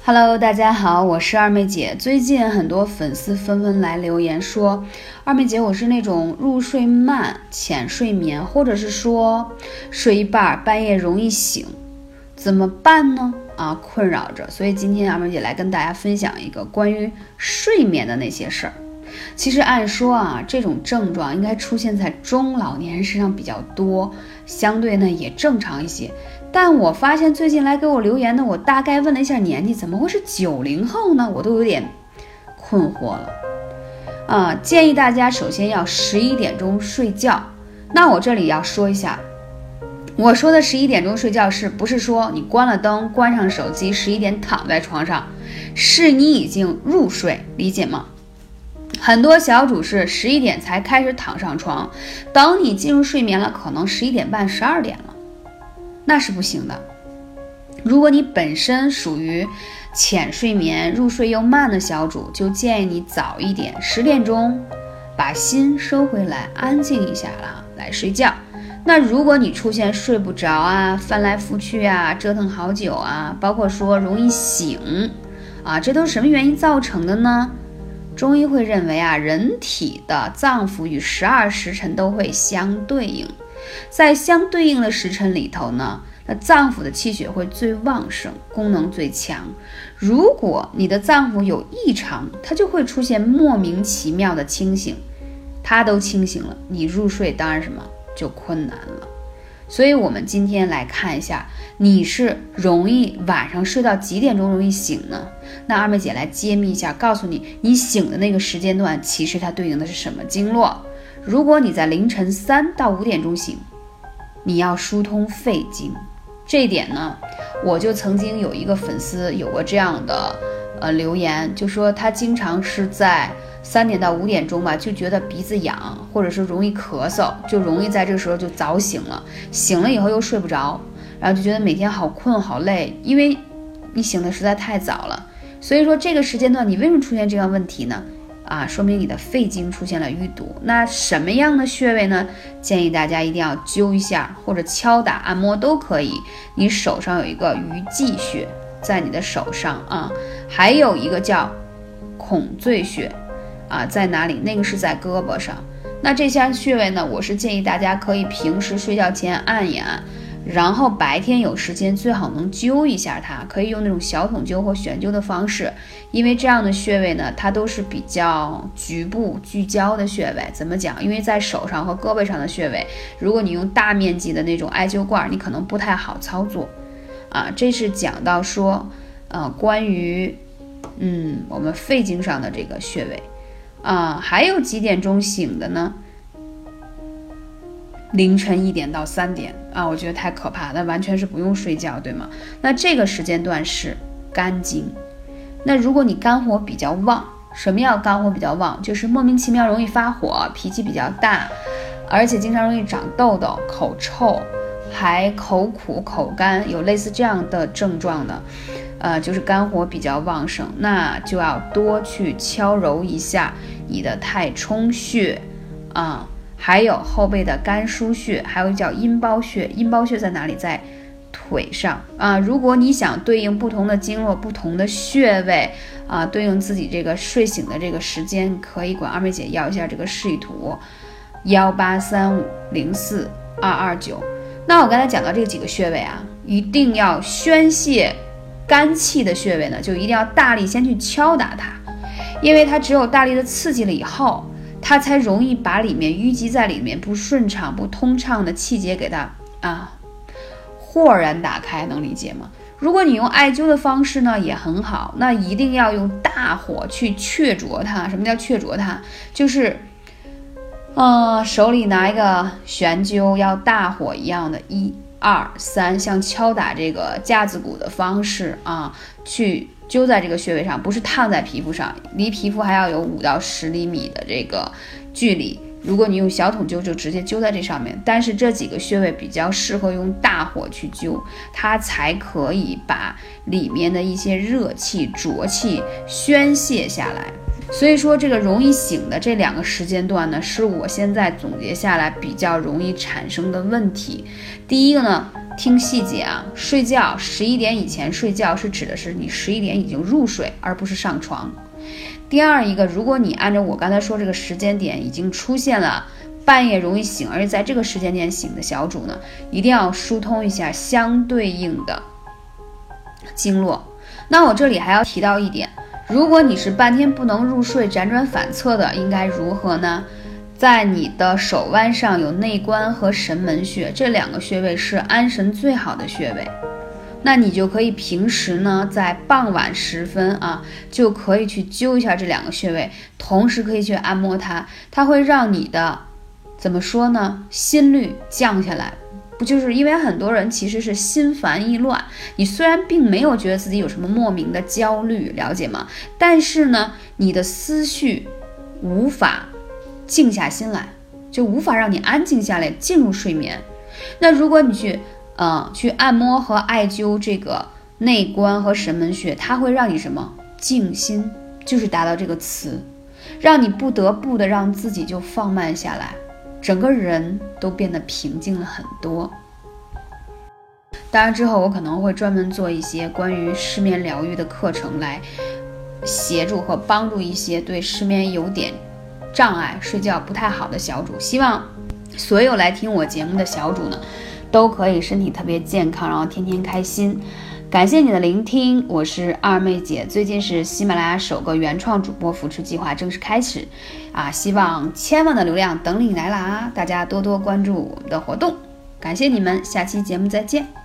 Hello， 大家好，我是二妹姐。最近很多粉丝纷纷来留言说，二妹姐，我是那种入睡慢、浅睡眠，或者是说睡一半半夜容易醒，怎么办呢？困扰着。所以今天二妹姐来跟大家分享一个关于睡眠的那些事儿。其实按说这种症状应该出现在中老年人身上比较多，相对呢也正常一些。但我发现最近来给我留言的，我大概问了一下年纪，怎么会是90后呢？我都有点困惑了。建议大家首先要11点钟睡觉。那我这里要说一下，我说的11点钟睡觉不是说你关了灯，关上手机，11点躺在床上，是你已经入睡，理解吗？很多小主是11点才开始躺上床，等你进入睡眠了，可能11点半、12点了。那是不行的。如果你本身属于浅睡眠、入睡又慢的小主，就建议你早一点，10点钟把心收回来，安静一下来睡觉。那如果你出现睡不着翻来覆去折腾好久包括说容易醒这都是什么原因造成的呢？中医会认为人体的脏腑与12时辰都会相对应，在相对应的时辰里头呢，那脏腑的气血会最旺盛，功能最强。如果你的脏腑有异常，它就会出现莫名其妙的清醒，它都清醒了，你入睡当然就困难了。所以我们今天来看一下，你是容易晚上睡到几点钟容易醒呢？那二妹姐来揭秘一下，告诉你，你醒的那个时间段其实它对应的是什么经络。如果你在凌晨3到5点钟醒，你要疏通肺经。这一点呢，我就曾经有一个粉丝有过这样的留言，就说他经常是在3点到5点钟就觉得鼻子痒，或者是容易咳嗽，就容易在这个时候就早醒了，醒了以后又睡不着，然后就觉得每天好困好累，因为你醒的实在太早了。所以说这个时间段你为什么出现这样问题呢？说明你的肺经出现了淤堵。那什么样的穴位呢？建议大家一定要灸一下，或者敲打按摩都可以。你手上有一个鱼际穴，在你的手上还有一个叫孔最穴在哪里？那个是在胳膊上。那这些穴位呢，我是建议大家可以平时睡觉前按一按，然后白天有时间最好能灸一下它，可以用那种小筒灸或悬灸的方式，因为这样的穴位呢，它都是比较局部聚焦的穴位。怎么讲？因为在手上和胳膊上的穴位，如果你用大面积的那种艾灸罐，你可能不太好操作这是讲到说关于我们肺经上的这个穴位还有几点钟醒的呢？凌晨1点到3点我觉得太可怕，那完全是不用睡觉，对吗？那这个时间段是肝经。那如果你肝火比较旺，什么叫肝火比较旺？就是莫名其妙容易发火，脾气比较大，而且经常容易长痘痘、口臭，还口苦口干，有类似这样的症状的就是肝火比较旺盛，那就要多去敲揉一下你的太冲穴还有后背的肝腧穴，还有叫阴包穴。阴包穴在哪里？在腿上如果你想对应不同的经络、不同的穴位对应自己这个睡醒的这个时间，可以管二妹姐要一下这个示意图183504229。那我刚才讲到这几个穴位一定要宣泄肝气的穴位呢，就一定要大力先去敲打它，因为它只有大力的刺激了以后，它才容易把里面淤积在里面不顺畅不通畅的气节给它豁然打开，能理解吗？如果你用艾灸的方式呢也很好，那一定要用大火去确灼它。什么叫确灼它？就是手里拿一个悬灸，要大火一样的1、2、3，像敲打这个架子鼓的方式去灸在这个穴位上，不是烫在皮肤上，离皮肤还要有5到10厘米的这个距离。如果你用小筒灸，就直接灸在这上面。但是这几个穴位比较适合用大火去灸，它才可以把里面的一些热气、浊气宣泄下来。所以说这个容易醒的这2个时间段呢，是我现在总结下来比较容易产生的问题。第一个呢， 听细节啊，睡觉11点以前睡觉是指的是你11点已经入睡，而不是上床。第二一个，如果你按照我刚才说这个时间点已经出现了半夜容易醒，而且在这个时间点醒的小主呢，一定要疏通一下相对应的经络。那我这里还要提到一点，如果你是半天不能入睡，辗转反侧的，应该如何呢？在你的手腕上有内关和神门穴，这2个穴位是安神最好的穴位。那你就可以平时呢，在傍晚时分啊，就可以去灸一下这2个穴位，同时可以去按摩它，它会让你的怎么说呢，心率降下来。不就是因为很多人其实是心烦意乱，你虽然并没有觉得自己有什么莫名的焦虑，了解吗？但是呢，你的思绪无法静下心来，就无法让你安静下来进入睡眠。那如果你去按摩和艾灸这个内关和神门穴，它会让你什么静心，就是达到这个词，让你不得不的让自己就放慢下来，整个人都变得平静了很多。当然之后我可能会专门做一些关于失眠疗愈的课程，来协助和帮助一些对失眠有点障碍、睡觉不太好的小主。希望所有来听我节目的小主呢，都可以身体特别健康，然后天天开心。感谢你的聆听，我是二妹姐。最近是喜马拉雅首个原创主播扶持计划正式开始希望1000万的流量等你来啦！大家多多关注我们的活动，感谢你们，下期节目再见。